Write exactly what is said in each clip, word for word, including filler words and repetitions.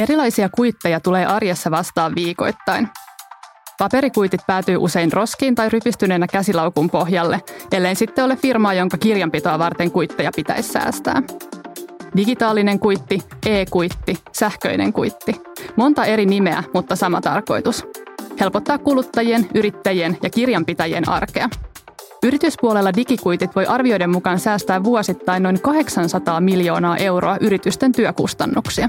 Erilaisia kuitteja tulee arjessa vastaan viikoittain. Paperikuitit päätyy usein roskiin tai rypistyneenä käsilaukun pohjalle, ellei sitten ole firmaa, jonka kirjanpitoa varten kuitteja pitäisi säästää. Digitaalinen kuitti, e-kuitti, sähköinen kuitti. Monta eri nimeä, mutta sama tarkoitus. Helpottaa kuluttajien, yrittäjien ja kirjanpitäjien arkea. Yrityspuolella digikuitit voi arvioiden mukaan säästää vuosittain noin kahdeksansataa miljoonaa euroa yritysten työkustannuksia.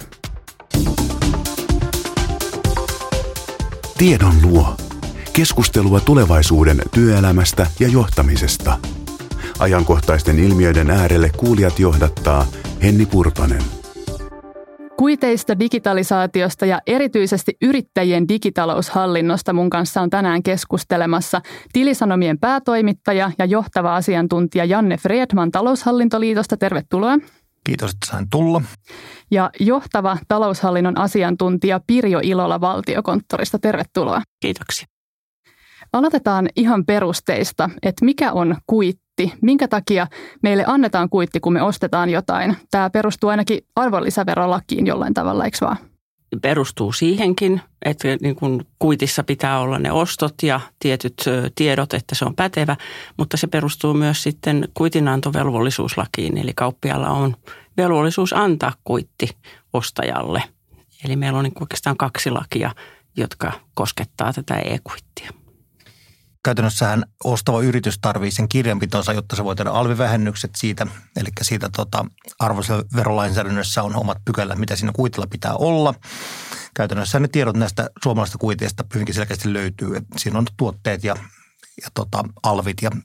Tiedon luo. Keskustelua tulevaisuuden työelämästä ja johtamisesta. Ajankohtaisten ilmiöiden äärelle kuulijat johdattaa Henni Purtonen. Kuiteista, digitalisaatiosta ja erityisesti yrittäjien digitaloushallinnosta mun kanssa on tänään keskustelemassa Tilisanomien päätoimittaja ja johtava asiantuntija Janne Fredman Taloushallintoliitosta. Tervetuloa. Kiitos, että sain tulla. Ja johtava taloushallinnon asiantuntija Pirjo Ilola Valtiokonttorista. Tervetuloa. Kiitoksia. Aloitetaan ihan perusteista, että mikä on kuitti? Minkä takia meille annetaan kuitti, kun me ostetaan jotain? Tämä perustuu ainakin arvonlisäverolakiin jollain tavalla, eikö vaan? Perustuu siihenkin, että niin kuin kuitissa pitää olla ne ostot ja tietyt tiedot, että se on pätevä, mutta se perustuu myös sitten kuitinantovelvollisuuslakiin, eli kauppialla on velvollisuus antaa kuitti ostajalle. Eli meillä on niin oikeastaan kaksi lakia, jotka koskettaa tätä e-kuittia. Käytännössähän ostava yritys tarvitsee sen kirjanpitonsa, jotta se voi tehdä alvivähennykset siitä. Eli siitä tota, arvonlisäverolainsäädännössä on omat pykälät, mitä siinä kuitilla pitää olla. Käytännössä ne tiedot näistä suomalaisista kuiteista hyvinkin selkeästi löytyy. Et siinä on tuotteet ja, ja tota, alvit ja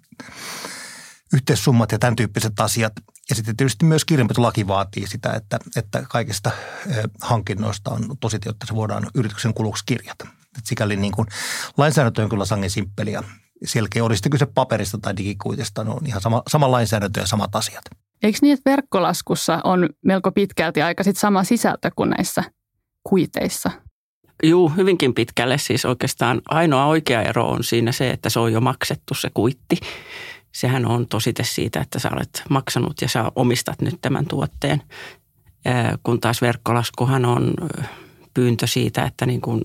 yhteissummat ja tämän tyyppiset asiat. Ja sitten tietysti myös kirjanpitolaki vaatii sitä, että, että kaikista hankinnoista on tosit, jotta se voidaan yrityksen kuluksi kirjata. Et sikäli niin kuin lainsäädäntö on kyllä sangen simppeli ja selkeä. Oli sitten kyse paperista tai digikuitista, ne on ihan sama, sama lainsäädäntö ja samat asiat. Eikö niin, että verkkolaskussa on melko pitkälti aika sit sama sisältö kuin näissä kuiteissa? Juu, hyvinkin pitkälle. Siis oikeastaan ainoa oikea ero on siinä se, että se on jo maksettu se kuitti. Sehän on tosite siitä, että sä olet maksanut ja sä omistat nyt tämän tuotteen. Kun taas verkkolaskuhan on pyyntö siitä, että niin kuin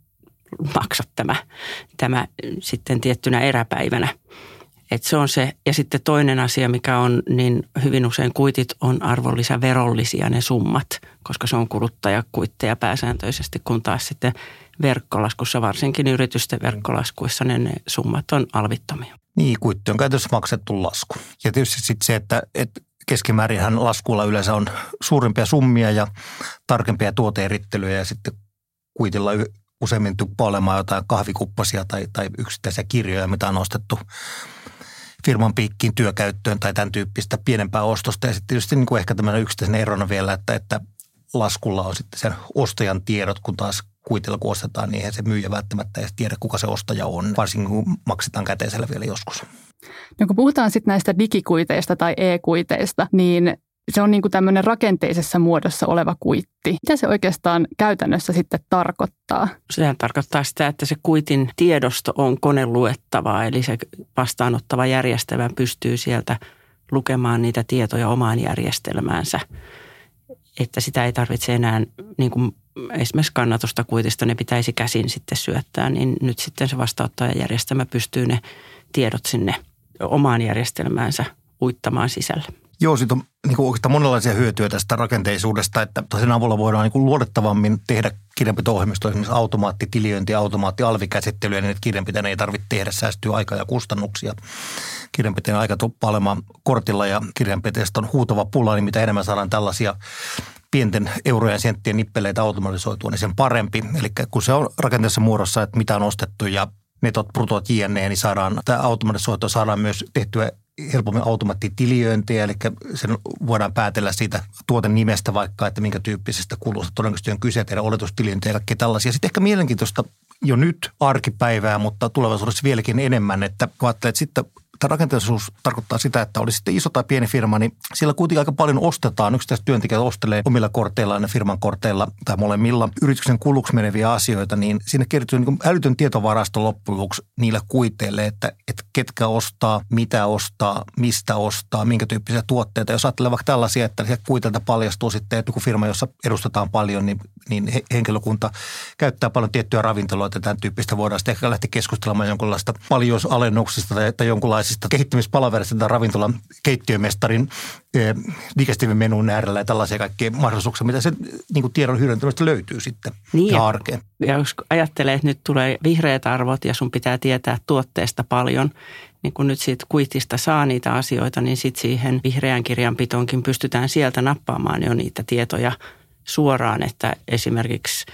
maksat tämä, tämä sitten tiettynä eräpäivänä. Et se on se. Ja sitten toinen asia, mikä on, niin hyvin usein kuitit on arvonlisäverollisia ne summat, koska se on kuluttajakuitteja pääsääntöisesti, kun taas sitten verkkolaskussa, varsinkin yritysten verkkolaskuissa, ne, ne summat on alvittomia. Niin, kuitti on käytössä maksettu lasku. Ja tietysti sitten se, että, että keskimäärinhän laskulla yleensä on suurimpia summia ja tarkempia tuoteerittelyjä ja sitten kuitilla useimmin tuppaa olemaan jotain kahvikuppasia tai, tai yksittäisiä kirjoja, mitä on ostettu firman piikkiin työkäyttöön tai tämän tyyppistä pienempää ostosta. Ja sitten tietysti niin kuin ehkä tämmöinen yksittäisen erona vielä, että, että laskulla on sitten sen ostajan tiedot, kun taas kuitilla kun ostetaan, niin eihän se myyjä välttämättä edes tiedä, kuka se ostaja on, varsinkin kun maksetaan käteisellä vielä joskus. No kun puhutaan sitten näistä digikuiteista tai e-kuiteista, niin se on niin kuin tämmöinen rakenteisessa muodossa oleva kuitti. Mitä se oikeastaan käytännössä sitten tarkoittaa? Sehän tarkoittaa sitä, että se kuitin tiedosto on koneluettavaa, eli se vastaanottava järjestelmä pystyy sieltä lukemaan niitä tietoja omaan järjestelmäänsä. Että sitä ei tarvitse enää, niin kuin esimerkiksi kannatusta kuitista, ne pitäisi käsin sitten syöttää, niin nyt sitten se vastaanottajajärjestelmä pystyy ne tiedot sinne omaan järjestelmäänsä uittamaan sisälle. Joo, siitä on niin kuin oikeastaan monenlaisia hyötyjä tästä rakenteisuudesta, että sen avulla voidaan niin kuin luotettavammin tehdä kirjanpito-ohjelmistoa, esimerkiksi automaattitiliointi, automaatti-alvikäsittely, ja niin, että kirjanpitäjän ei tarvitse tehdä, säästyy aikaa ja kustannuksia. Kirjanpitäjän aika tuppaa olemaan kortilla ja kirjanpitäjästä on huutava pula, niin mitä enemmän saadaan tällaisia pienten eurojen ja senttien nippeleitä automatisoitua, niin sen parempi. Eli kun se on rakenteessa muodossa, että mitä on ostettu ja netot, brutot, jne, niin saadaan, tämä automatisoitua saadaan myös tehtyä helpommin automaattitiliöintiä, eli sen voidaan päätellä siitä tuoten nimestä vaikka, että minkä tyyppisestä kulusta todennäköisesti on kyse, tehdä oletustiliöintiä ja kaikkea tällaisia. Sitten ehkä mielenkiintoista jo nyt arkipäivää, mutta tulevaisuudessa vieläkin enemmän, että kun ajattelee, että sitten tämä rakenteellisuus tarkoittaa sitä, että oli sitten iso tai pieni firma, niin siellä kuitenkin aika paljon ostetaan. Yksittäiset työntekijät ostelee omilla korteillaan ja firman korteilla tai molemmilla yrityksen kuluksi meneviä asioita, niin sinne kertyy niin älytön tietovarasto loppujen lopuksi niillä kuiteille, että, että ketkä ostaa, mitä ostaa, mistä ostaa, minkä tyyppisiä tuotteita. Jos ajattelee vaikka tällaisia, että sieltä kuiteilta paljastuu sitten, että joku firma, jossa edustetaan paljon, niin, niin henkilökunta käyttää paljon tiettyjä ravintoloita ja tämän tyyppistä. Voidaan sitten ehkä lähteä keskustelemaan jonkinlaista paljousalennuksista tai, tai jonkinlaisista kehittämispalaverista tai ravintolan keittiömestarin eh, digestiivimenun äärellä ja tällaisia kaikkia mahdollisuuksia, mitä se niin kuin tiedon hyödyntämistä löytyy sitten niin, ja arkeen. Ja jos ajattelee, että nyt tulee vihreät arvot ja sun pitää tietää tuotteesta paljon, niin kun nyt siitä kuitista saa niitä asioita, niin sitten siihen vihreän kirjanpitoonkin pystytään sieltä nappaamaan jo niitä tietoja suoraan, että esimerkiksi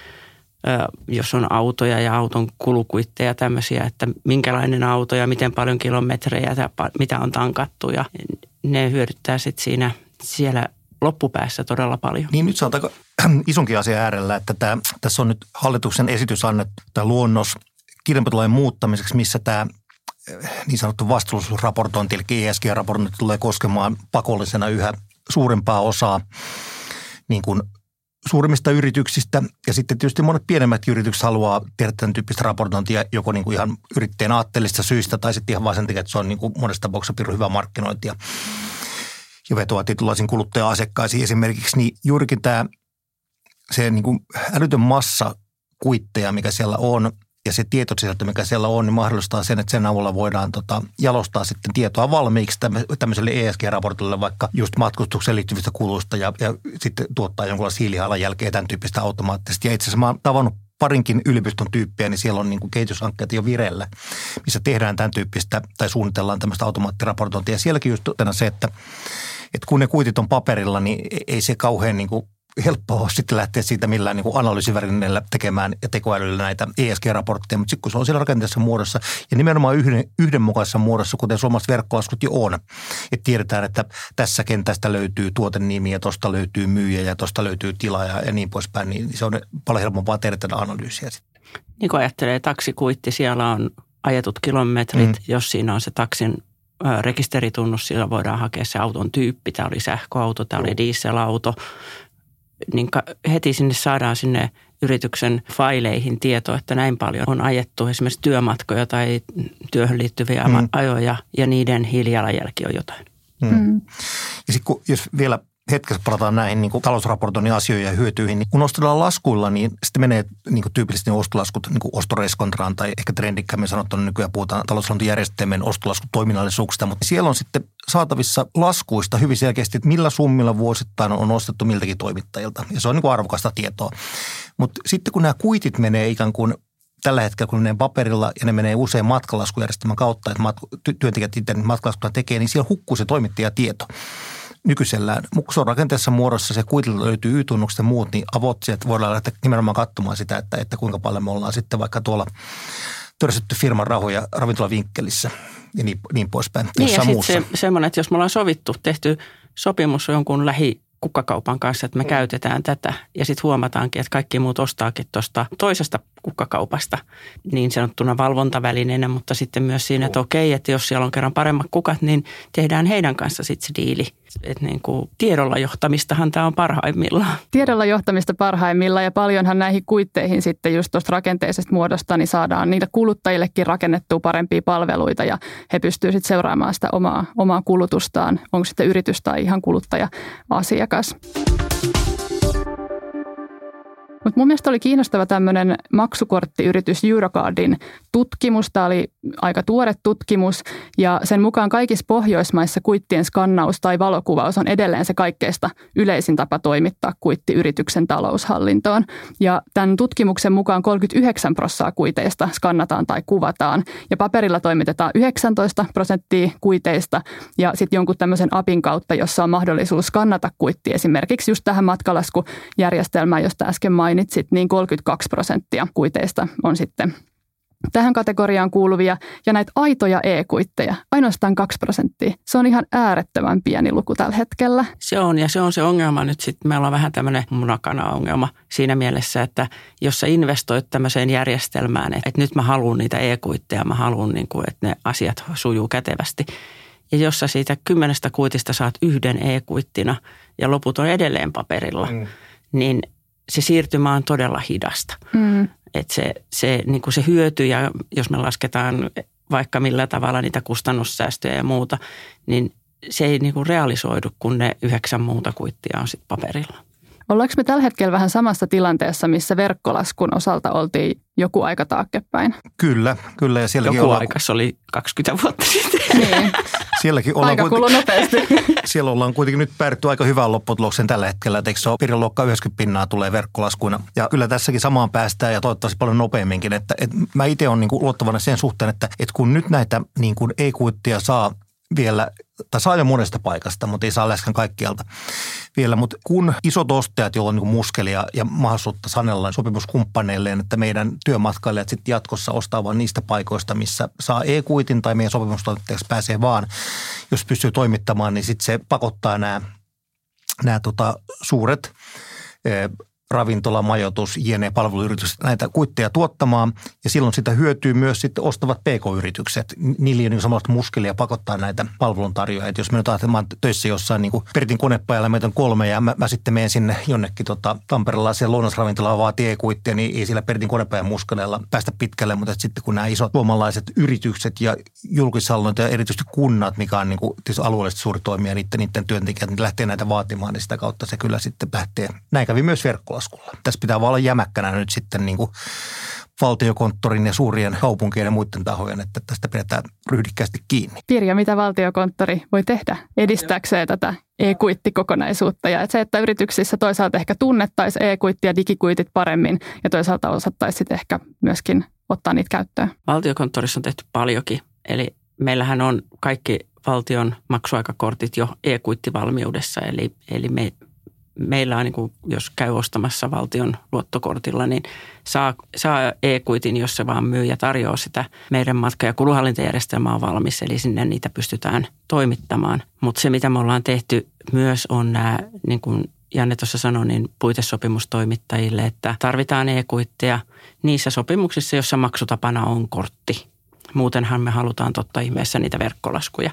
jos on autoja ja auton kulukuitteja tämmöisiä, että minkälainen auto ja miten paljon kilometrejä ja mitä on tankattu ja ne hyödyttää sitten siinä siellä loppupäässä todella paljon. Niin nyt se on aika isonkin asia äärellä, että tämä, tässä on nyt hallituksen esitys annettu, tämä luonnos kirjanpitolain muuttamiseksi, missä tämä niin sanottu vastuullisuusraportointi, eli E S G-raportointi tulee koskemaan pakollisena yhä suurempaa osaa niin kuin suurimmista yrityksistä ja sitten tietysti monet pienemmät yritykset haluaa tehdä tämän tyyppistä raportointia joko niin kuin ihan yrittäjän aatteellisista syistä tai sitten ihan vaan sen takia, että se on niin kuin monessa tapauksessa pirun hyvää markkinointia ja vetoaa tietynlaisiin kuluttaja-asiakkaisiin esimerkiksi, niin juurikin tämä se niin kuin älytön massa kuitteja, mikä siellä on ja se tietosisältö, mikä siellä on, niin mahdollistaa sen, että sen avulla voidaan tota, jalostaa sitten tietoa valmiiksi tämmöiselle E S G-raportille vaikka just matkustukseen liittyvistä kuluista ja, ja sitten tuottaa jonkinlaista hiilijalanjälkeä tämän tyyppistä automaattisesti. Ja itse asiassa mä oon tavannut parinkin yliopiston tyyppiä, niin siellä on niin kuin kehityshankkeita jo vireillä, missä tehdään tämän tyyppistä tai suunnitellaan tämmöistä automaattiraportointia. Ja sielläkin just se, että, että kun ne kuitit on paperilla, niin ei se kauhean niin kuin helppoa sitten lähteä siitä millään niin kuin analyysivälineellä tekemään ja tekoälyllä näitä E S G-raportteja, mutta sitten kun se on siellä rakenteessa muodossa ja nimenomaan yhden, yhdenmukaisessa muodossa, kuten suomalaiset verkkolaskut jo on, että tiedetään, että tässä kentästä löytyy tuotennimi ja tuosta löytyy myyjä ja tuosta löytyy tila ja, ja niin poispäin, niin se on paljon helpompaa tehdä tätä analyysiä sitten. Niin kuin ajattelee taksikuitti, siellä on ajetut kilometrit, mm. jos siinä on se taksin rekisteritunnus, sillä voidaan hakea se auton tyyppi, tämä oli sähköauto, tämä oli dieselauto, niin heti sinne saadaan sinne yrityksen faileihin tieto, että näin paljon on ajettu esimerkiksi työmatkoja tai työhön liittyviä mm. ajoja ja niiden hiilijalanjälki on jotain. Mm. Mm. Ja sitten jos vielä hetkessä palataan näihin niin kuin talousraportoinnin asioihin ja hyötyihin, niin kun ostellaan laskuilla, niin sitten menee niin kuin tyypillisesti ne ostolaskut niin kuin ostoreskontraan tai ehkä trendikkämmin sanottuna nykyään puhutaan taloushallintojärjestelmien ostolaskutoiminnallisuuksista, mutta siellä on sitten saatavissa laskuista hyvin selkeästi, että millä summilla vuosittain on ostettu miltäkin toimittajilta ja se on niin kuin arvokasta tietoa. Mutta sitten kun nämä kuitit menee ikään kuin tällä hetkellä, kun ne menee paperilla ja ne menee usein matkalaskujärjestelmän kautta, että matk- työntekijät itse matkalaskuja tekee, niin siellä hukkuu se toimittajatieto. Nykyisellään, kun se on rakenteessa muodossa, se kuitilta löytyy Y-tunnukset ja muut, niin avot sieltä voidaan lähteä nimenomaan katsomaan sitä, että, että kuinka paljon me ollaan sitten vaikka tuolla törsytty firman rahoja ravintolavinkkelissä ja niin, niin poispäin. Niin ja sitten se, semmoinen, että jos me ollaan sovittu, tehty sopimus jonkun lähi kukkakaupan kanssa, että me mm. käytetään tätä ja sitten huomataankin, että kaikki muut ostaakin tuosta toisesta kukkakaupasta niin sanottuna valvontavälineenä, mutta sitten myös siinä, että okei, että jos siellä on kerran paremmat kukat, niin tehdään heidän kanssa sitten se diili. Että niin kuin tiedolla johtamistahan tämä on parhaimmillaan. Tiedolla johtamista parhaimmillaan ja paljonhan näihin kuitteihin sitten just tuosta rakenteisesta muodosta niin saadaan niille kuluttajillekin rakennettua parempia palveluita ja he pystyvät sitten seuraamaan sitä omaa, omaa kulutustaan, onko sitten yritys tai ihan kuluttaja-asiakas. Mutta mun mielestä oli kiinnostava tämmöinen maksukorttiyritys Eurocardin tutkimus. Tämä oli aika tuore tutkimus ja sen mukaan kaikissa Pohjoismaissa kuittien skannaus tai valokuvaus on edelleen se kaikkeista yleisin tapa toimittaa kuitti yrityksen taloushallintoon. Ja tämän tutkimuksen mukaan kolmekymmentäyhdeksän prosenttia kuiteista skannataan tai kuvataan ja paperilla toimitetaan yhdeksäntoista prosenttia kuiteista ja sitten jonkun tämmöisen appin kautta, jossa on mahdollisuus skannata kuitti esimerkiksi just tähän matkalaskujärjestelmään, josta äsken mainitsin. Mainitsit, niin kolmekymmentäkaksi prosenttia kuiteista on sitten tähän kategoriaan kuuluvia ja näitä aitoja e-kuitteja, ainoastaan kaksi prosenttia. Se on ihan äärettömän pieni luku tällä hetkellä. Se on, ja se on se ongelma nyt sitten. Meillä on vähän tämmöinen munakana-ongelma siinä mielessä, että jos sä investoit tämmöiseen järjestelmään, että nyt mä haluan niitä e-kuitteja, mä haluan, niin kuin, että ne asiat sujuu kätevästi. Ja jos sä siitä kymmenestä kuitista saat yhden e-kuittina ja loput on edelleen paperilla, mm. niin se siirtymä on todella hidasta. Mm. Että se, se, niin kuin se hyöty, ja jos me lasketaan vaikka millä tavalla niitä kustannussäästöjä ja muuta, niin se ei niin kuin realisoidu, kun ne yhdeksän muuta kuittia on sitten paperilla. Ollaanko me tällä hetkellä vähän samassa tilanteessa, missä verkkolaskun osalta oltiin joku aika taaksepäin? Kyllä, kyllä. Ja sielläkin joku ollaan... aika, se oli kaksikymmentä vuotta sitten. Niin. Sielläkin ollaan aika kuluu nopeasti. Siellä ollaan kuitenkin nyt päädytty aika hyvään lopputulokseen tällä hetkellä. Että eikö se ole piiriluokka yhdeksänkymmentä pinnaa tulee verkkolaskuina. Ja kyllä tässäkin samaan päästään ja toivottavasti paljon nopeamminkin. Että, että mä itse olen niin kuin luottavana sen suhteen, että, että kun nyt näitä niin kuin e-kuittia saa vielä, tai saa jo monesta paikasta, mutta ei saa läheskään kaikkialta vielä. Mutta kun isot ostajat, joilla on niin kuin muskelia ja mahdollisuutta sanella sopimuskumppaneilleen, että meidän työmatkailijat sitten jatkossa ostaa vain niistä paikoista, missä saa e-kuitin tai meidän sopimustoimittajaksi pääsee vaan, jos pystyy toimittamaan, niin sitten se pakottaa nämä, nämä tota, suuret e- ravintola, majoitus, jne-palveluyritykset näitä kuitteja tuottamaan ja silloin sitä hyötyy myös sitten ostavat pk-yritykset. Niillä on niin samanlaista muskelia pakottaa näitä palveluntarjoajia. Jos me nyt ajatellaan töissä jossain niin kuin Pertin konepajalla, meitä on kolme ja mä, mä sitten menen sinne jonnekin tota, Tampereella lounasravintolaan vaatii e-kuittia, niin ei sillä Pertin konepajan muskeleilla päästä pitkälle, mutta sitten kun nämä isot suomalaiset yritykset ja julkishallinnot ja erityisesti kunnat, mikä on niin kuin, alueellisesti suuri toimija, niiden, niiden työntekijät, niin lähtee näitä vaatimaan, niin sitä kautta se kyllä sitten lähtee. Näin kävi myös verkkolaskulla. Tässä pitää vaan olla jämäkkänä nyt sitten niin kuin valtiokonttorin ja suurien kaupunkien ja muiden tahojen, että tästä pidetään ryhdikkäästi kiinni. Pirja, mitä valtiokonttori voi tehdä edistääkseen tätä e-kuittikokonaisuutta ja että se, että yrityksissä toisaalta ehkä tunnettaisiin e-kuitti ja digikuitit paremmin ja toisaalta osattaisiin sitten ehkä myöskin ottaa niitä käyttöön? Valtiokonttorissa on tehty paljonkin, eli meillähän on kaikki valtion maksuaikakortit jo e-kuittivalmiudessa, eli, eli me Meillä on, niin kuin, jos käy ostamassa valtion luottokortilla, niin saa, saa e-kuitin, jos se vaan myy ja tarjoaa sitä. Meidän matka- ja kuluhallintajärjestelmä on valmis, eli sinne niitä pystytään toimittamaan. Mutta se, mitä me ollaan tehty myös, on nämä, niin kuin Janne tuossa sanoi, niin puitesopimustoimittajille, että tarvitaan e-kuitteja niissä sopimuksissa, jossa maksutapana on kortti. Muutenhan me halutaan totta ihmeessä niitä verkkolaskuja.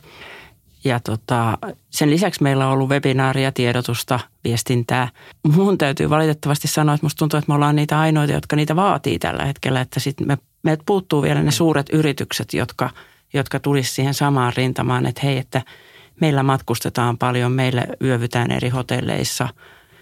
Ja tota, sen lisäksi meillä on ollut webinaaria, tiedotusta, viestintää. Mun täytyy valitettavasti sanoa, että musta tuntuu, että me ollaan niitä ainoita, jotka niitä vaatii tällä hetkellä. Että sitten me, meiltä puuttuu vielä ne suuret yritykset, jotka, jotka tulisi siihen samaan rintamaan, että hei, että meillä matkustetaan paljon, meillä yövytään eri hotelleissa,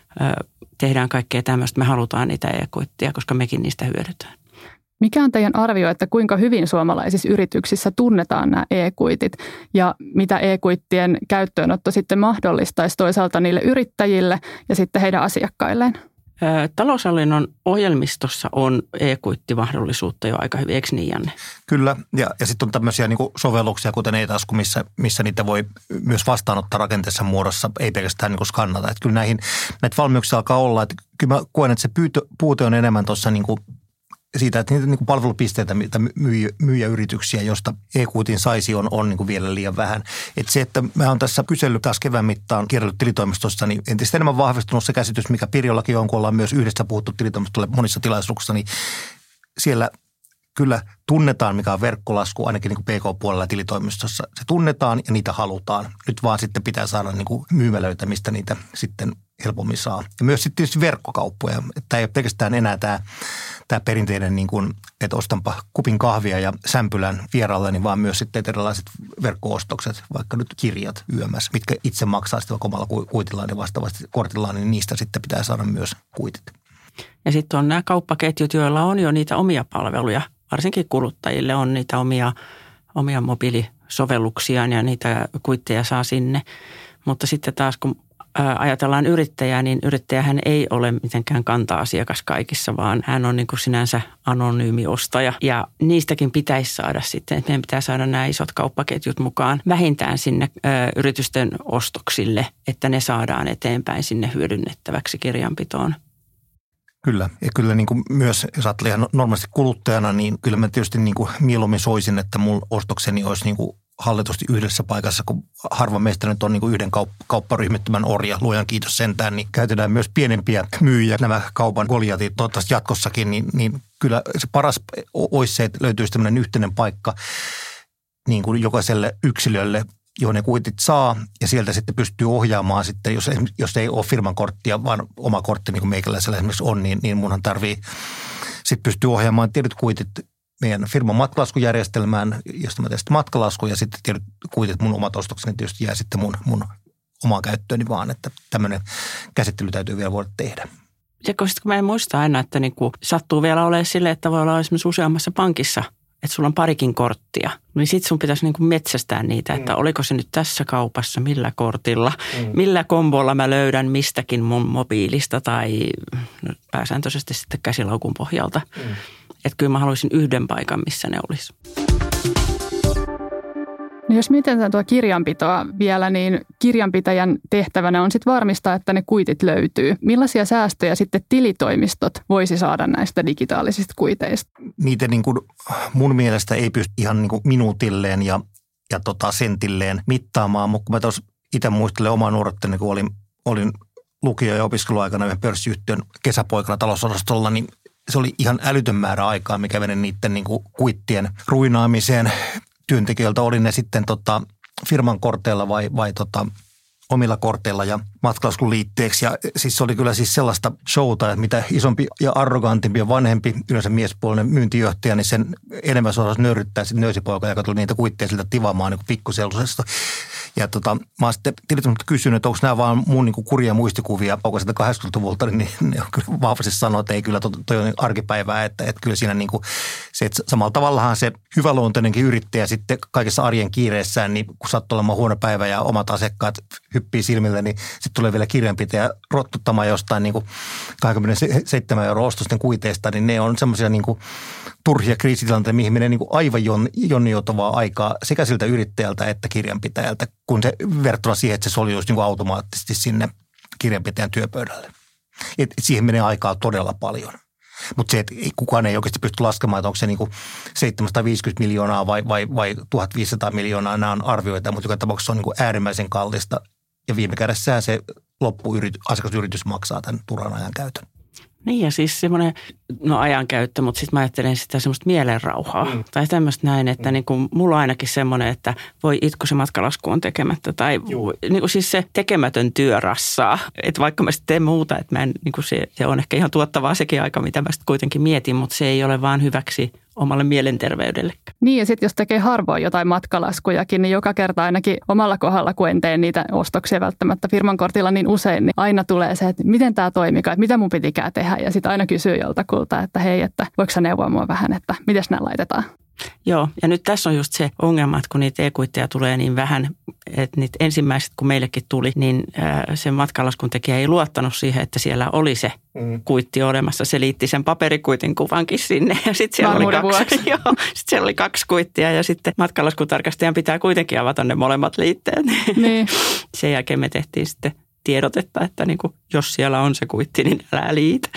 tehdään kaikkea tämmöistä. Me halutaan niitä e-kuittia, koska mekin niistä hyödytään. Mikä on teidän arvio, että kuinka hyvin suomalaisissa yrityksissä tunnetaan nämä e-kuitit ja mitä e-kuittien käyttöönotto sitten mahdollistaisi toisaalta niille yrittäjille ja sitten heidän asiakkailleen? Taloushallinnon ohjelmistossa on e-kuittimahdollisuutta jo aika hyvin, eikö niin, Janne? Kyllä, ja, ja sitten on tämmöisiä niin kuin sovelluksia, kuten e-tasku, missä, missä niitä voi myös vastaanottaa rakenteessa muodossa, ei pelkästään niin kuin skannata. Että kyllä näihin, näitä valmiuksia alkaa olla, että kyllä mä koen, että se pyytö, puute on enemmän tuossa niin kuin siitä, että niitä niin kuin palvelupisteitä, mitä myyjä, myyjäyrityksiä, josta e-kuitin saisi, on, on niin kuin vielä liian vähän. Että se, että mä oon tässä kysellyt taas kevään mittaan kierrellyt tilitoimistossa, niin entistä enemmän vahvistunut se käsitys, mikä Pirjollakin on, kun ollaan myös yhdessä puhuttu tilitoimistolle monissa tilaisuuksissa, niin siellä kyllä tunnetaan, mikä on verkkolasku, ainakin niin kuin P K-puolella tilitoimistossa. Se tunnetaan ja niitä halutaan. Nyt vaan sitten pitää saada niin kuin myymälöitä, mistä niitä sitten helpommin saa. Ja myös sitten tietysti verkkokauppoja. Tämä ei ole pelkästään enää tämä, tämä perinteinen, niin kuin, että ostanpa kupin kahvia ja sämpylän vieraalleni, vaan myös sitten erilaiset verkko-ostokset, vaikka nyt kirjat yömässä, mitkä itse maksaa sitten vaikka omalla kuitillaan ja vastaavasti kortillaan, niin niistä sitten pitää saada myös kuitit. Ja sitten on nämä kauppaketjut, joilla on jo niitä omia palveluja. Varsinkin kuluttajille on niitä omia, omia mobiilisovelluksiaan ja niitä kuitteja saa sinne. Mutta sitten taas kun ajatellaan yrittäjää, niin yrittäjähän ei ole mitenkään kanta-asiakas kaikissa, vaan hän on niin kuin sinänsä anonyymi ostaja. Ja niistäkin pitäisi saada sitten, että meidän pitää saada nämä isot kauppaketjut mukaan vähintään sinne ö, yritysten ostoksille, että ne saadaan eteenpäin sinne hyödynnettäväksi kirjanpitoon. Kyllä. Ja kyllä niin kuin myös, jos ajattelee ihan normaalisti kuluttajana, niin kyllä mä tietysti niin kuin mieluummin soisin, että mun ostokseni olisi niin kuin hallitusti yhdessä paikassa, kun harva meistä nyt on niin kuin yhden kaup- kaupparyhmittymän orja, luojan kiitos sentään, niin käytetään myös pienempiä myyjiä, nämä kaupan goliatit toivottavasti jatkossakin, niin, niin kyllä se paras olisi se, että löytyisi tämmöinen yhteinen paikka niin kuin jokaiselle yksilölle, johon ne kuitit saa, ja sieltä sitten pystyy ohjaamaan sitten, jos, jos ei ole firman korttia, vaan oma kortti, niin kuin meikäläisellä esimerkiksi on, niin, niin munhan tarvii sitten pystyy ohjaamaan tietyt kuitit meidän firman matkalaskujärjestelmään, josta mä teen sitten matkalasku, ja sitten tietyt kuitit, mun omat ostokseni tietysti jää sitten mun, mun omaan käyttööni vaan, että tämmöinen käsittely täytyy vielä voida tehdä. Ja kun mä en muista aina, että niinku sattuu vielä olemaan silleen, että voi olla esimerkiksi useammassa pankissa, että sulla on parikin korttia, niin sit sun pitäisi niinku metsästää niitä, että mm. oliko se nyt tässä kaupassa, millä kortilla, mm. millä kombolla mä löydän mistäkin mun mobiilista tai no, pääsääntöisesti sitten käsilaukun pohjalta. Mm. Että kyllä mä haluaisin yhden paikan, missä ne olisi. No jos mietitään tuo kirjanpitoa vielä, niin kirjanpitäjän tehtävänä on sitten varmistaa, että ne kuitit löytyy. Millaisia säästöjä sitten tilitoimistot voisi saada näistä digitaalisista kuiteista? Niitä niin kuin mun mielestä ei pysty ihan niin kuin minuutilleen ja, ja tota sentilleen mittaamaan, mutta kun mä tuossa itse muistelen omaa nuoruuttani, kun olin, olin lukio- ja opiskeluaikana yhden pörssiyhtiön kesäpoikana talousosastolla, niin se oli ihan älytön määrä aikaa, mikä meni niiden niin kuin kuittien ruinaamiseen. Työntekijöiltä oli ne sitten tota, firman korteilla vai, vai tota, omilla korteilla ja matkalaskun liitteeksi. Ja siis se oli kyllä siis sellaista showta, että mitä isompi ja arrogantimpi ja vanhempi, yleensä miespuolinen myyntijohtaja, niin sen enemmän se osasi nöyryttää sitten nöysipoika, joka tuli niitä kuitteja siltä tivaamaan niin kuin pikkusellusesta. Ja tota, mä oon sitten tilitykseltä kysynyt, että onko nämä vaan mun niin kuin kurja muistikuvia, onko sitä kahdeksankymmentäluvulta, niin ne on kyllä vahvasti sanoa, että ei kyllä to, toi on arkipäivää, että, että kyllä siinä niin kuin se, että samalla tavallahan se hyväluontoinenkin yrittäjä sitten kaikessa arjen kiireessään, niin kun sattuu olemaan huono päivä ja omat asiakkaat hyppii silmille, niin sitten tulee vielä kirjanpitäjä rottuttamaan jostain niin kuin kaksikymmentäseitsemän euroa ostosten kuiteista, niin ne on semmoisia niin kuin turhia kriisitilanteita, mihin menee niin kuin aivan jon, jonnijoutavaa aikaa sekä siltä yrittäjältä että kirjanpitäjältä, kun se verrattuna siihen, että se soljuisi niin kuin automaattisesti sinne kirjanpitäjän työpöydälle. Et siihen menee aikaa todella paljon. Mutta se, että kukaan ei oikeasti pysty laskemaan, että onko se niin kuin seitsemänsataaviisikymmentä miljoonaa vai, vai, vai tuhatviisisataa miljoonaa, nämä on arvioita, mutta joka tapauksessa on niin kuin äärimmäisen kallista. Ja viime kädessään se loppuasiakasyritys maksaa tämän turhan ajan käytön. Niin ja siis semmoinen, no ajankäyttö, mutta sitten mä ajattelen sitä semmoista mielenrauhaa. Mm. Tai tämmöistä näin, että mm. niin kuin, mulla on ainakin semmoinen, että voi itku se matkalasku on tekemättä. Tai niin kuin siis se tekemätön työ rassaa. Että vaikka mä sitten teen muuta, että mä en, niin kuin se, se on ehkä ihan tuottavaa sekin aika, mitä mä sitten kuitenkin mietin, mutta se ei ole vaan hyväksi omalle mielenterveydelle. Niin ja sitten jos tekee harvoin jotain matkalaskujakin, niin joka kerta ainakin omalla kohdalla, kun en tee niitä ostoksia välttämättä firman kortilla niin usein, niin aina tulee se, että miten tämä toimikaan, että mitä mun pitikään tehdä. Ja sitten aina kysyy joltakulta, että hei, että voiko sä neuvoa mua vähän, että miten nämä laitetaan. Joo, ja nyt tässä on just se ongelma, että kun niitä e-kuitteja tulee niin vähän, että niitä ensimmäiset, kun meillekin tuli, niin se matkalaskun tekijä ei luottanut siihen, että siellä oli se mm. kuitti olemassa. Se liitti sen paperikuitin kuvankin sinne ja sitten siellä, oli kaksi, joo, sit siellä oli kaksi kuittia ja sitten matkalaskutarkastajan pitää kuitenkin avata ne molemmat liitteet. Niin. Sen jälkeen me tehtiin sitten tiedotetta, että niin kuin, jos siellä on se kuitti, niin älä liitä.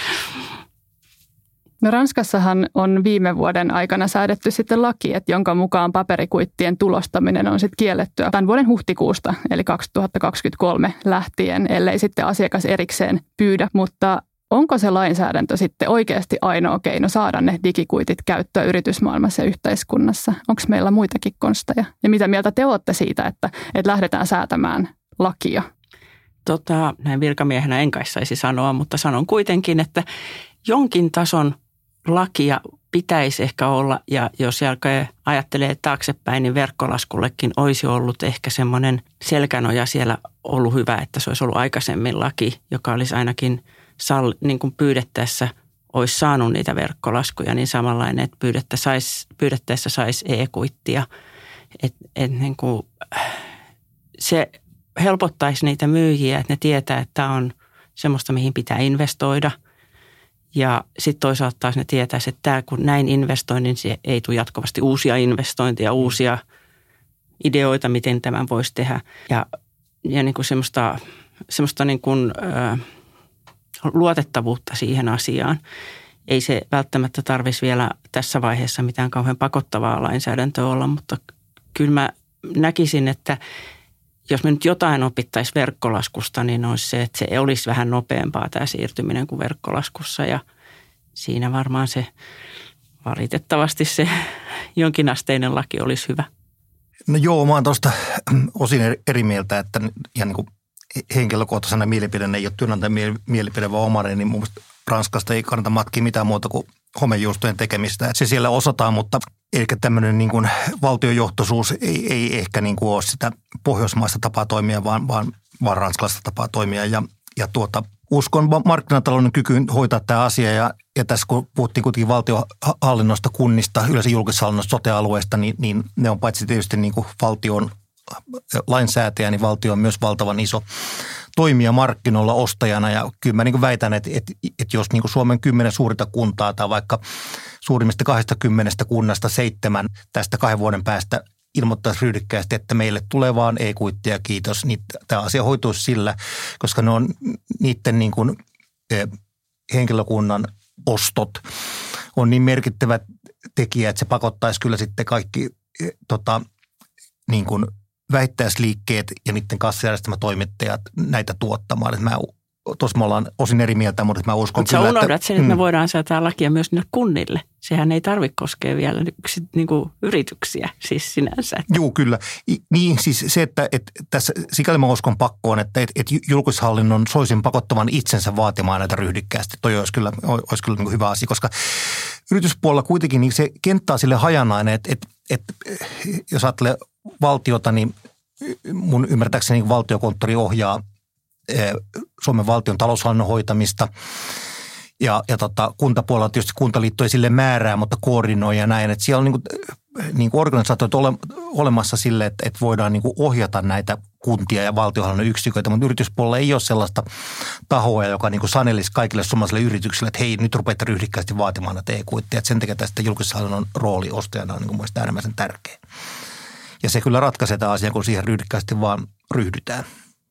No Ranskassahan on viime vuoden aikana säädetty sitten laki, että jonka mukaan paperikuittien tulostaminen on sitten kiellettyä tämän vuoden huhtikuusta, eli kaksituhattakaksikymmentäkolme lähtien, ellei sitten asiakas erikseen pyydä. Mutta onko se lainsäädäntö sitten oikeasti ainoa keino saada ne digikuitit käyttöön yritysmaailmassa ja yhteiskunnassa? Onko meillä muitakin konsteja? Ja mitä mieltä te olette siitä, että, että lähdetään säätämään lakia? Tota, näin virkamiehenä en kai saisi sanoa, mutta sanon kuitenkin, että jonkin tason lakia pitäisi ehkä olla, ja jos jälkeen ajattelee taaksepäin, niin verkkolaskullekin olisi ollut ehkä semmoinen selkänoja siellä ollut hyvä, että se olisi ollut aikaisemmin laki, joka olisi ainakin sall, niin kuin pyydettäessä olisi saanut niitä verkkolaskuja, niin samanlainen, että pyydettä sais, pyydettäessä saisi e-kuittia. Et, et niin kuin, se helpottaisi niitä myyjiä, että ne tietää, että tämä on semmoista, mihin pitää investoida. Ja sitten toisaalta taas ne tietäisi, että tämä, kun näin investoin, niin se ei tule jatkuvasti uusia investointeja, uusia ideoita, miten tämän voisi tehdä. Ja, ja niin kuin semmoista, semmoista niin kuin, ö, luotettavuutta siihen asiaan. Ei se välttämättä tarvitsisi vielä tässä vaiheessa mitään kauhean pakottavaa lainsäädäntöä olla, mutta kyllä mä näkisin, että jos me nyt jotain opittaisiin verkkolaskusta, niin olisi se, että se olisi vähän nopeampaa tämä siirtyminen kuin verkkolaskussa. Ja siinä varmaan se valitettavasti se jonkinasteinen laki olisi hyvä. No joo, mä oon tuosta osin eri mieltä, että ihan niin kuin henkilökohtaisena mielipideenä ei ole työnantajan mielipide vaan omainen, niin mun mielestä Ranskasta ei kannata matkia mitään muuta kuin homejuustojen tekemistä. Että se siellä osataan, mutta eikä tämmöinen niin kuin valtiojohtoisuus ei, ei ehkä niin kuin ole sitä pohjoismaista tapaa toimia, vaan, vaan, vaan ranskalaista tapaa toimia. Ja, ja tuota, uskon markkinatalouden kykyyn hoitaa tämä asia. Ja, ja tässä kun puhuttiin kuitenkin valtionhallinnosta, kunnista, yleensä julkishallinnosta, sote-alueesta, niin, niin ne on paitsi tietysti niin kuin valtion lainsäätäjä, niin valtio on myös valtavan iso toimija markkinoilla ostajana. Ja kyllä mä niin kuin väitän, että, että, että jos niin kuin Suomen kymmenen suurinta kuntaa tai vaikka suurimmista kaksikymmentä kunnasta seitsemän tästä kahden vuoden päästä ilmoittaisi ryhdikkäästi, että meille tulee vaan e-kuittia, kiitos, niin tämä asia hoituisi sillä, koska ne on niiden niin kuin, eh, henkilökunnan ostot on niin merkittävä tekijä, että se pakottaisi kyllä sitten kaikki eh, tota, niin kuin vähittäisliikkeet ja niiden kassajärjestelmätoimittajat näitä tuottamaan. Että mä, tuossa me ollaan osin eri mieltä, mutta mä uskon mutta kyllä, että... Mutta sä unohdat sen, että me voidaan säätää lakia myös niille kunnille. Sehän ei tarvitse koskea vielä yksi, niin kuin yrityksiä siis sinänsä. Joo, kyllä. Niin siis se, että, että tässä sikäli mä uskon pakkoon, että, että julkishallinnon soisin pakottavan itsensä vaatimaan näitä ryhdikkäästi. Toi olisi kyllä, olisi kyllä niin kuin hyvä asia, koska yrityspuolella kuitenkin niin se kenttä on sille hajanainen, että, että, että jos ajattelee valtiota, niin mun ymmärtääkseni valtiokonttori ohjaa Suomen valtion taloushallinnon hoitamista ja, ja tota, kuntapuolella tietysti kuntaliitto ei sille määrää, mutta koordinoi ja näin. Että siellä on niin kuin, niin kuin organisaatiot ole, olemassa sille, että, että voidaan niin kuin ohjata näitä kuntia ja valtionhallinnon yksiköitä, mutta yrityspuolella ei ole sellaista tahoa, joka niin kuin sanelisi kaikille suomalaisille yrityksille, että hei, nyt rupeatte ryhdikkäästi vaatimaan näitä e-kuitteja. Sen takia tästä julkishallinnon rooli ostajana on niin kuin mielestäni äärimmäisen tärkeä. Ja se kyllä ratkaisee tämä asia, kun siihen ryhdikkäästi vaan ryhdytään.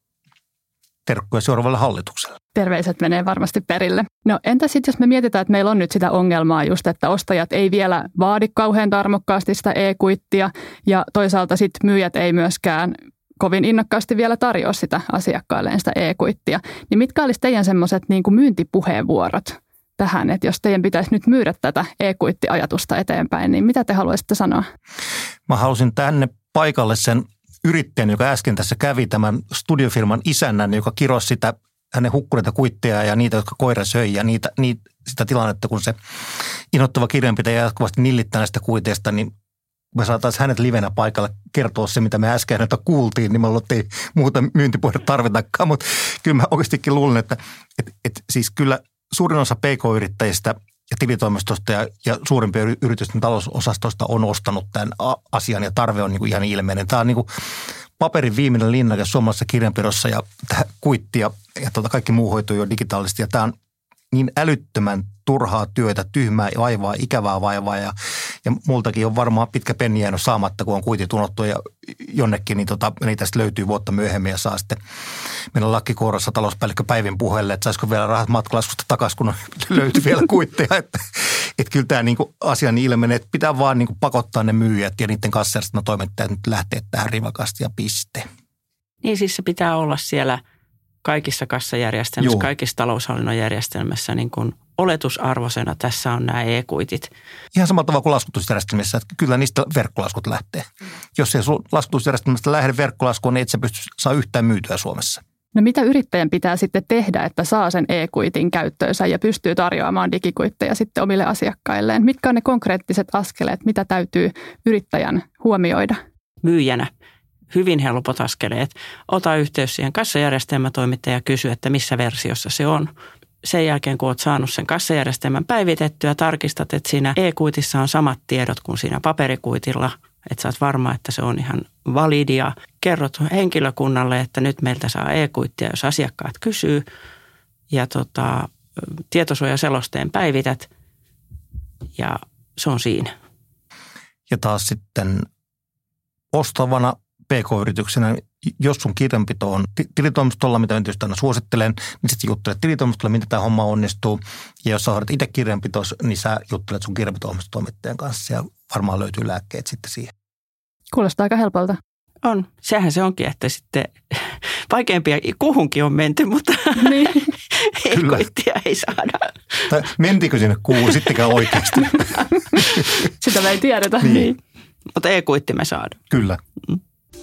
Terkkuja seuraavalle hallitukselle. Terveiset menee varmasti perille. No entä sitten, jos me mietitään, että meillä on nyt sitä ongelmaa just, että ostajat ei vielä vaadi kauhean tarmokkaasti sitä e-kuittia ja toisaalta sitten myyjät ei myöskään kovin innokkaasti vielä tarjoa sitä asiakkailleen sitä e-kuittia. Niin mitkä olisi teidän semmoiset niin kuin myyntipuheenvuorot tähän, että jos teidän pitäisi nyt myydä tätä e-kuittiajatusta eteenpäin, niin mitä te haluaisitte sanoa? Mä halusin tänne paikalle sen yrittäjän, joka äsken tässä kävi, tämän studiofirman isännän, joka kirosi sitä hänen hukkuneita kuitteja ja niitä, jotka koira söi ja niitä, niitä, sitä tilannetta, kun se innoittava kirjanpitäjä jatkuvasti nillittää näistä kuiteista, niin me saataisiin hänet livenä paikalle kertoa se, mitä me äsken häneltä kuultiin, niin me luulen, että ei muuta myyntipuhetta tarvitakaan, mutta kyllä mä oikeastikin luulen, että, että, että siis kyllä suurin osa P K-yrittäjistä ja tilitoimistosta ja, ja suurimpien yritysten talousosastosta on ostanut tämän asian ja tarve on niin kuin ihan ilmeinen. Tämä on niin kuin paperin viimeinen linnake suomalaisessa kirjanpidossa ja tämä kuitti ja, ja tuota kaikki muu hoituu jo digitaalisesti. Ja tämä on niin älyttömän turhaa työtä, tyhmää vaivaa, ikävää vaivaa ja, ja multakin on varmaan pitkä penni jäänyt saamatta, kun on kuitit unohtu ja jonnekin, niin tota, niitä sitten löytyy vuotta myöhemmin ja saa sitten mennä lakkikourassa talouspäällikkö Päivin puheelle, että saisiko vielä rahat matkalaskusta takaisin, kun löytyy vielä kuitteja. Että, että kyllä tämä niinku asia niin ilmenee, että pitää vaan niinku pakottaa ne myyjät ja niiden kassajärjestelmän toimittajat nyt lähteä tähän rivakasti ja piste. Niin siis se pitää olla siellä kaikissa kassajärjestelmissä, Joo. kaikissa taloushallinnon järjestelmissä niin kuin oletusarvoisena tässä on nämä e-kuitit. Ihan samalla tavalla kuin laskutusjärjestelmissä, että kyllä niistä verkkolaskut lähtee. Mm. Jos ei laskutusjärjestelmästä lähde verkkolaskuun, niin et sä pysty saa yhtään myytyä Suomessa. No mitä yrittäjän pitää sitten tehdä, että saa sen e-kuitin käyttöönsä ja pystyy tarjoamaan digikuitteja sitten omille asiakkailleen? Mitkä on ne konkreettiset askeleet, mitä täytyy yrittäjän huomioida? Myyjänä. Hyvin helpot askeleet. Ota yhteys siihen kassajärjestelmätoimittaja ja kysy, että missä versiossa se on. Sen jälkeen, kun olet saanut sen kassajärjestelmän päivitettyä, tarkistat, että siinä e-kuitissa on samat tiedot kuin siinä paperikuitilla, että sä oot varma, että se on ihan validia. Kerrot henkilökunnalle, että nyt meiltä saa e-kuittia, jos asiakkaat kysyy. Ja tota, tietosuojaselosteen päivität ja se on siinä. Ja taas sitten ostavana P K-yrityksenä jos sun kirjanpito on tilitoimistolla, mitä tietysti aina suosittelen, niin sitten juttelet tilitoimistolla, miten tämä homma onnistuu. Ja jos sä hoidat itse kirjanpitos, niin sä juttelet sun kirjanpito-ohjelmistotoimittajan kanssa ja varmaan löytyy lääkkeet sitten siihen. Kuulostaa aika helpolta. On. Sehän se onkin, että sitten vaikeampia kuhunkin on menty, mutta niin. e-kuittia ei saada. Tai mentikö sinne kuuhun sittenkään oikeasti? Sitä me ei tiedetä. Niin. Niin. Mutta e-kuitti me saadaan. Kyllä. Mm.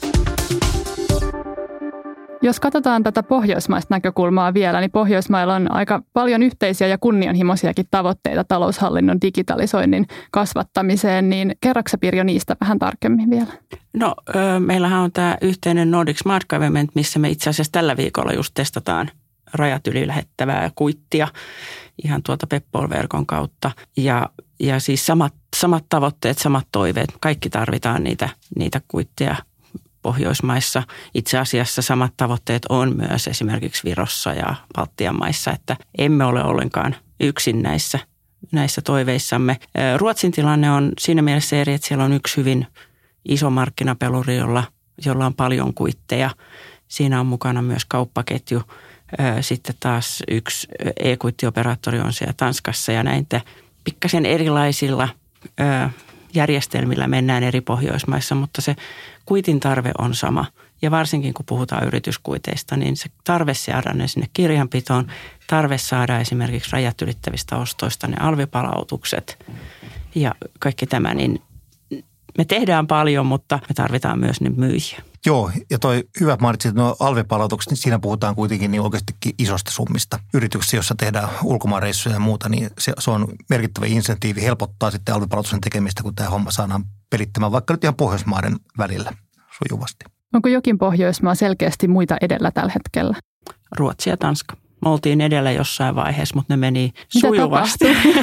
Jos katsotaan tätä pohjoismaista näkökulmaa vielä, niin Pohjoismailla on aika paljon yhteisiä ja kunnianhimoisiakin tavoitteita taloushallinnon digitalisoinnin kasvattamiseen, niin kerroksä Pirjo niistä vähän tarkemmin vielä? No ö, meillähän on tämä yhteinen Nordic Smart Government, missä me itse asiassa tällä viikolla just testataan rajat yli lähettävää kuittia ihan tuota Peppol-verkon kautta. Ja, ja siis samat, samat tavoitteet, samat toiveet, kaikki tarvitaan niitä, niitä kuitteja Pohjoismaissa. Itse asiassa samat tavoitteet on myös esimerkiksi Virossa ja Baltian maissa, että emme ole ollenkaan yksin näissä, näissä toiveissamme. Ruotsin tilanne on siinä mielessä eri, että siellä on yksi hyvin iso markkinapeluri, jolla, jolla on paljon kuitteja. Siinä on mukana myös kauppaketju. Sitten taas yksi e-kuittioperaattori on siellä Tanskassa ja näin, että pikkasen erilaisilla järjestelmillä mennään eri Pohjoismaissa, mutta se kuitin tarve on sama. Ja varsinkin kun puhutaan yrityskuiteista, niin se tarve saada ne sinne kirjanpitoon, tarve saada esimerkiksi rajat ylittävistä ostoista ne alvipalautukset ja kaikki tämä, niin me tehdään paljon, mutta me tarvitaan myös ne myyjiä. Joo, ja toi hyvä mainitsit, että nuo alvipalautukset, niin siinä puhutaan kuitenkin niin oikeastikin isosta summista. Yrityksissä, jossa tehdään ulkomaanreissuja ja muuta, niin se, se on merkittävä insentiivi, helpottaa sitten alvipalautuksen tekemistä, kun tämä homma saadaan pelittämään vaikka nyt ihan Pohjoismaiden välillä sujuvasti. Onko jokin Pohjoismaa selkeästi muita edellä tällä hetkellä? Ruotsi ja Tanska. Me oltiin edellä jossain vaiheessa, mutta ne meni Mitä sujuvasti.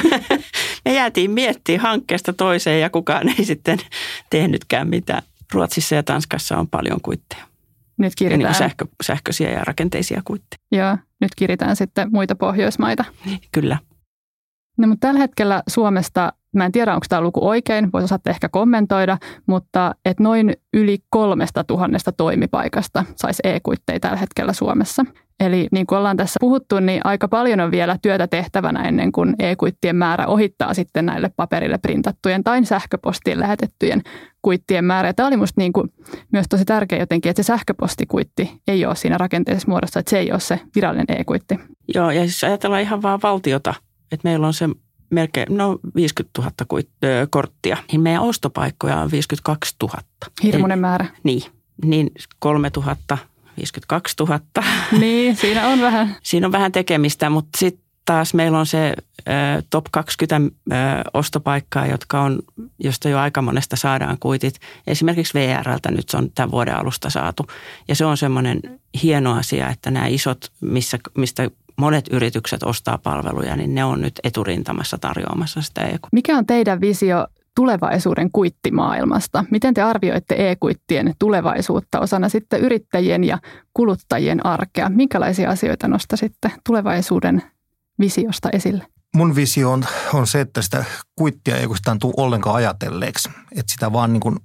Me jäätiin miettimään hankkeesta toiseen ja kukaan ei sitten tehnytkään mitään. Ruotsissa ja Tanskassa on paljon kuitteja. Nyt kiritään. Niin sähkö, sähköisiä ja rakenteisia kuitteja. Joo, nyt kiritään sitten muita Pohjoismaita. Kyllä. No, mutta tällä hetkellä Suomesta, mä en tiedä onko tämä luku oikein, voisi osaatte ehkä kommentoida, mutta että noin yli kolmesta tuhannesta toimipaikasta saisi e-kuitteja tällä hetkellä Suomessa. Eli niin kuin ollaan tässä puhuttu, niin aika paljon on vielä työtä tehtävänä ennen kuin e-kuittien määrä ohittaa sitten näille paperille printattujen tai sähköpostiin lähetettyjen kuittien määrä. Ja tämä oli musta niin kuin myös tosi tärkeä jotenkin, että se sähköpostikuitti ei ole siinä rakenteellisessa muodossa, että se ei ole se virallinen e-kuitti. Joo, ja siis ajatellaan ihan vaan valtiota, että meillä on se melkein no viisikymmentätuhatta kuit- korttia, niin meidän ostopaikkoja on viisikymmentäkaksituhatta. Hirmuinen määrä. Niin, niin kolmetuhatta, viisikymmentäkaksituhatta. Niin, siinä on vähän. Siinä on vähän tekemistä, mutta sitten taas meillä on se äh, top kaksikymmentä äh, ostopaikkaa, jotka on, josta jo aika monesta saadaan kuitit. Esimerkiksi V R:ltä nyt se on tämän vuoden alusta saatu. Ja se on semmoinen hieno asia, että nämä isot, missä, mistä monet yritykset ostaa palveluja, niin ne on nyt eturintamassa tarjoamassa sitä e-kuittia. Mikä on teidän visio tulevaisuuden kuittimaailmasta? Miten te arvioitte e-kuittien tulevaisuutta osana sitten yrittäjien ja kuluttajien arkea? Minkälaisia asioita nostaisitte tulevaisuuden visiosta esille? Mun visio on, on se, että sitä kuittia ei oikeastaan tule ollenkaan ajatelleeksi. Että sitä vaan niin kuin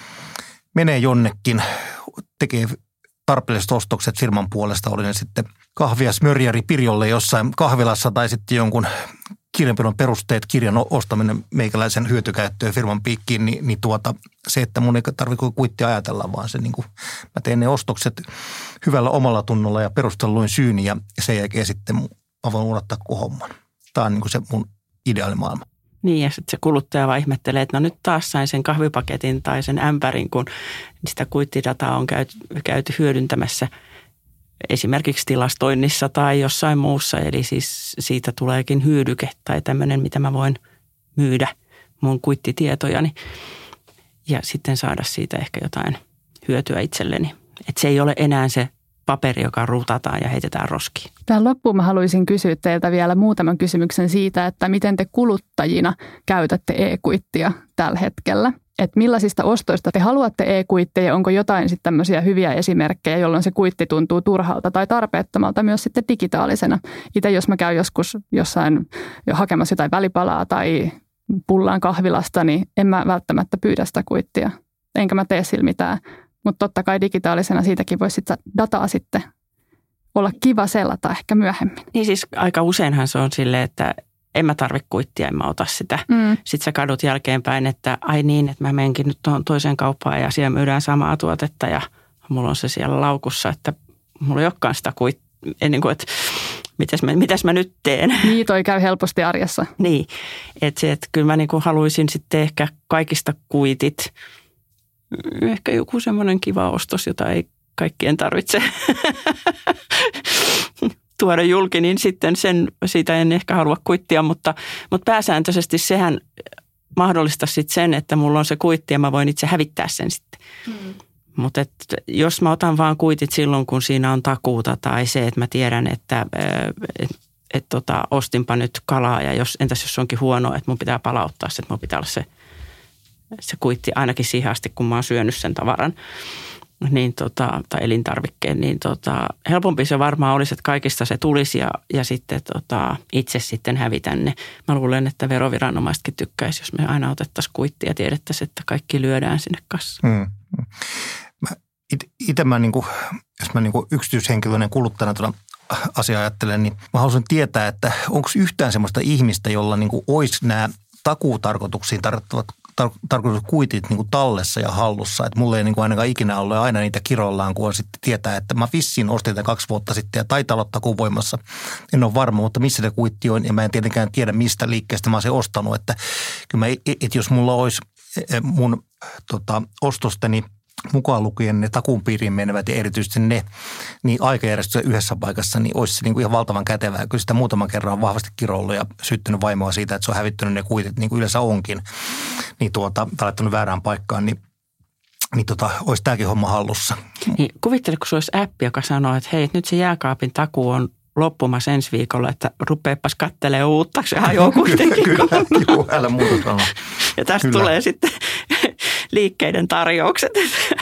menee jonnekin, tekee tarpeelliset ostokset firman puolesta, oli ne sitten kahvia smörjäri Pirjolle jossain kahvilassa tai sitten jonkun kirjanpidon perusteet, kirjan ostaminen meikäläisen hyötykäyttöön firman piikkiin, niin, niin tuota, se, että mun ei tarvitse kuittia ajatella, vaan se niin kuin, mä teen ne ostokset hyvällä omalla tunnolla ja perustelluin syyni ja sen jälkeen sitten mä voin unohtaa koko homman. Tämä on niin kuin se mun ideaalimaailma. Niin, ja sitten se kuluttaja vaan ihmettelee, että no nyt taas sain sen kahvipaketin tai sen ämpärin, kun sitä kuittidataa on käyty, käyty hyödyntämässä esimerkiksi tilastoinnissa tai jossain muussa. Eli siis siitä tuleekin hyödyke tai tämmöinen, mitä mä voin myydä mun kuittitietojani ja sitten saada siitä ehkä jotain hyötyä itselleni. Että se ei ole enää se paperi, joka rutataan ja heitetään roskiin. Tähän loppuun mä haluaisin kysyä teiltä vielä muutaman kysymyksen siitä, että miten te kuluttajina käytätte e-kuittia tällä hetkellä. Että millaisista ostoista te haluatte e-kuitteja, onko jotain sitten tämmöisiä hyviä esimerkkejä, jolloin se kuitti tuntuu turhalta tai tarpeettomalta myös sitten digitaalisena. Itse jos mä käyn joskus jossain jo hakemassa jotain välipalaa tai pullaan kahvilasta, niin en mä välttämättä pyydä sitä kuittia. Enkä mä tee sillä mitään Mutta totta kai digitaalisena siitäkin voisi sitä dataa sitten olla kiva selata ehkä myöhemmin. Niin siis aika useinhan se on silleen, että en mä tarvitse kuittia, en mä ota sitä. Mm. Sitten sä kadut jälkeenpäin, että ai niin, että mä menenkin nyt tuohon toiseen kauppaan ja siellä myydään samaa tuotetta ja mulla on se siellä laukussa, että mulla ei olekaan sitä kuittia. Niin kuin, että mitäs mä, mitäs mä nyt teen. Niin, toi käy helposti arjessa. Niin, että se, että kyllä mä niin kuin haluaisin sitten ehkä kaikista kuitit. Ehkä joku semmoinen kiva ostos, jota ei kaikkien tarvitse tuoda julki, niin sitten sen, siitä en ehkä halua kuittia, mutta, mutta pääsääntöisesti sehän mahdollistaa sitten sen, että mulla on se kuitti ja mä voin itse hävittää sen sitten. Mm. Mutta jos mä otan vaan kuitit silloin, kun siinä on takuuta tai se, että mä tiedän, että et, et, tota, ostinpa nyt kalaa ja jos, entäs jos onkin huonoa, että mun pitää palauttaa se, että mun pitää olla se, se kuitti ainakin siihen asti, kun mä oon syönyt sen tavaran niin tota, tai elintarvikkeen, niin tota, helpompi se varmaan olisi, että kaikista se tulisi ja, ja sitten tota, itse sitten hävitän ne. Mä luulen, että veroviranomaisetkin tykkäisi, jos me aina otettaisiin kuittia ja tiedettäisiin, että kaikki lyödään sinne kassaan. Hmm. Itse mä, niin kuin, jos mä niin kuin yksityishenkilöinen kuluttajana tuolla asiaa ajattelen, niin mä haluaisin tietää, että onko yhtään sellaista ihmistä, jolla niin kuin olisi nämä takuutarkoituksiin tarkoittavat tar- tarkoitus kuitit niin kuin tallessa ja hallussa. Että mulla ei niin kuin ainakaan ikinä ollut ja aina niitä kirollaan, kun on sitten tietää, että mä vissiin ostin tätä kaksi vuotta sitten ja taitaa olla takuun voimassa. En ole varma, mutta missä se kuitti on ja mä en tietenkään tiedä, mistä liikkeestä mä oon se ostanut. Että kyllä mä, että jos mulla olisi mun tota, ostosteni mukaan lukien ne takuun piiriin menevät ja erityisesti ne, niin aikajärjestyksessä yhdessä paikassa, niin olisi se niin kuin ihan valtavan kätevää. Kyllä sitä muutaman kerran on vahvasti kirollut ja syyttänyt vaimoa siitä, että se on hävittänyt ne kuitit, niin kuin yleensä onkin, niin tuota, tai laittanut väärään paikkaan, niin, niin tota, olisi tämäkin homma hallussa. Niin, kuvittele, kun se olisi appi, joka sanoo, että hei, nyt se jääkaapin takuu on loppumassa ensi viikolla, että rupeepas kattelee uutta, se hajoaa kuitenkin. Kyllä, joo, älä muuta sanoa. Ja tästä Kyllä. tulee sitten liikkeiden tarjoukset,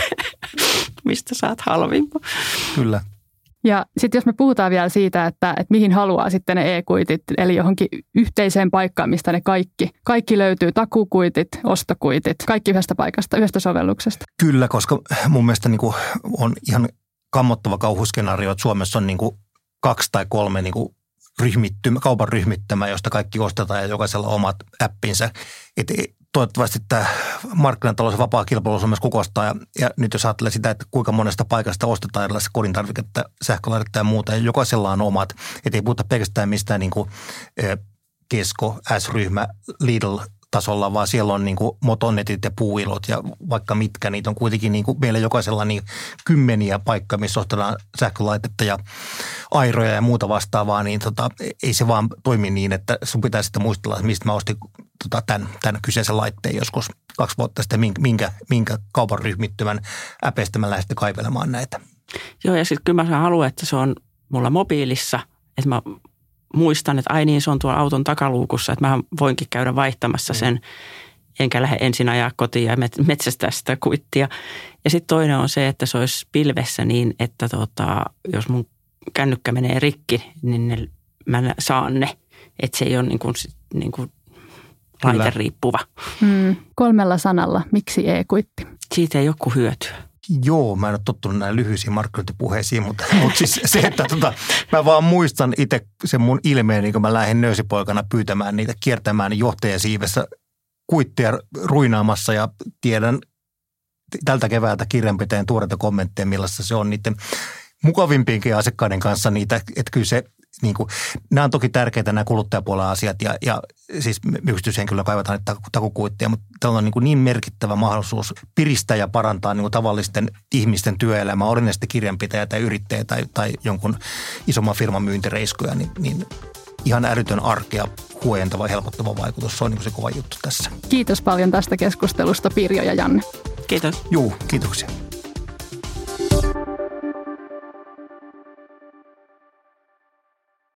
mistä saat halvimman. Kyllä. Ja sitten jos me puhutaan vielä siitä, että, että mihin haluaa sitten ne e-kuitit, eli johonkin yhteiseen paikkaan, mistä ne kaikki, kaikki löytyy, takukuitit, ostokuitit, kaikki yhdestä paikasta, yhdestä sovelluksesta. Kyllä, koska mun mielestä niin kuin on ihan kammottava kauhuskenaario, että Suomessa on niin kuin kaksi tai kolme niin kuin ryhmittymä, kaupan ryhmittymää, josta kaikki ostetaan ja jokaisella on omat appinsa. Et toivottavasti tämä markkinatalous ja vapaa kilpailu Suomessa kukostaa. Ja, ja nyt jos ajattelee sitä, että kuinka monesta paikasta ostetaan erilaista kodintarviketta, sähkölaitetta ja muuta, ja jokaisella on omat. Että ei puhuta pelkästään mistään niin kuin Kesko, S-ryhmä, Lidl tasolla, vaan siellä on niin kuin motonetit ja puuilot ja vaikka mitkä. Niitä on kuitenkin niin kuin meillä jokaisella niin kymmeniä paikkoja, missä ostetaan sähkölaitetta ja airoja ja muuta vastaavaa, niin tota, ei se vaan toimi niin, että sun pitää sitten muistella, että mistä mä ostin tota, tämän, tämän kyseisen laitteen joskus kaksi vuotta sitten, minkä, minkä kaupan ryhmittymän äpeistä mä lähdin sitten kaivelemaan näitä. Joo, ja sitten kyllä mä haluan, että se on mulla mobiilissa, että mä muistan, että ai niin, se on tuolla auton takaluukussa, että mä voinkin käydä vaihtamassa sen, enkä lähde ensin ajaa kotiin ja metsästää sitä kuittia. Ja sitten toinen on se, että se olisi pilvessä niin, että tota, jos mun kännykkä menee rikki, niin ne, mä saan ne. Että se ei ole niin kuin, niin kuin laite-riippuva. Hmm. Kolmella sanalla, miksi e-kuitti? Siitä ei ole kuin hyötyä. Joo, mä en ole tottunut näin lyhyisiin markkinointipuheisiin, mutta, mutta siis se, että tota, mä vaan muistan itse sen mun ilmeeni, kun mä lähdin nöösipoikana pyytämään niitä, kiertämään johtajasiivessä kuitteja ruinaamassa ja tiedän tältä keväältä kirjanpitäjän tuoreita kommentteja, millaista se on niiden mukavimpiinkin asiakkaiden kanssa niitä, että kyllä se niin kuin, nämä on toki tärkeitä nämä kuluttajapuolen asiat ja, ja siis yksityishenkilöllä kaivataan niitä takukuitteja, mutta tällä on niin, kuin niin merkittävä mahdollisuus piristää ja parantaa niin kuin tavallisten ihmisten työelämää, oli ne sitten kirjanpitäjä tai yrittäjä tai, tai jonkun isomman firman myyntireiskuja, niin, niin ihan älytön arkea huojentava ja helpottava vaikutus. Se on niin kuin se kova juttu tässä. Kiitos paljon tästä keskustelusta, Pirjo ja Janne. Kiitos. Juu, kiitoksia.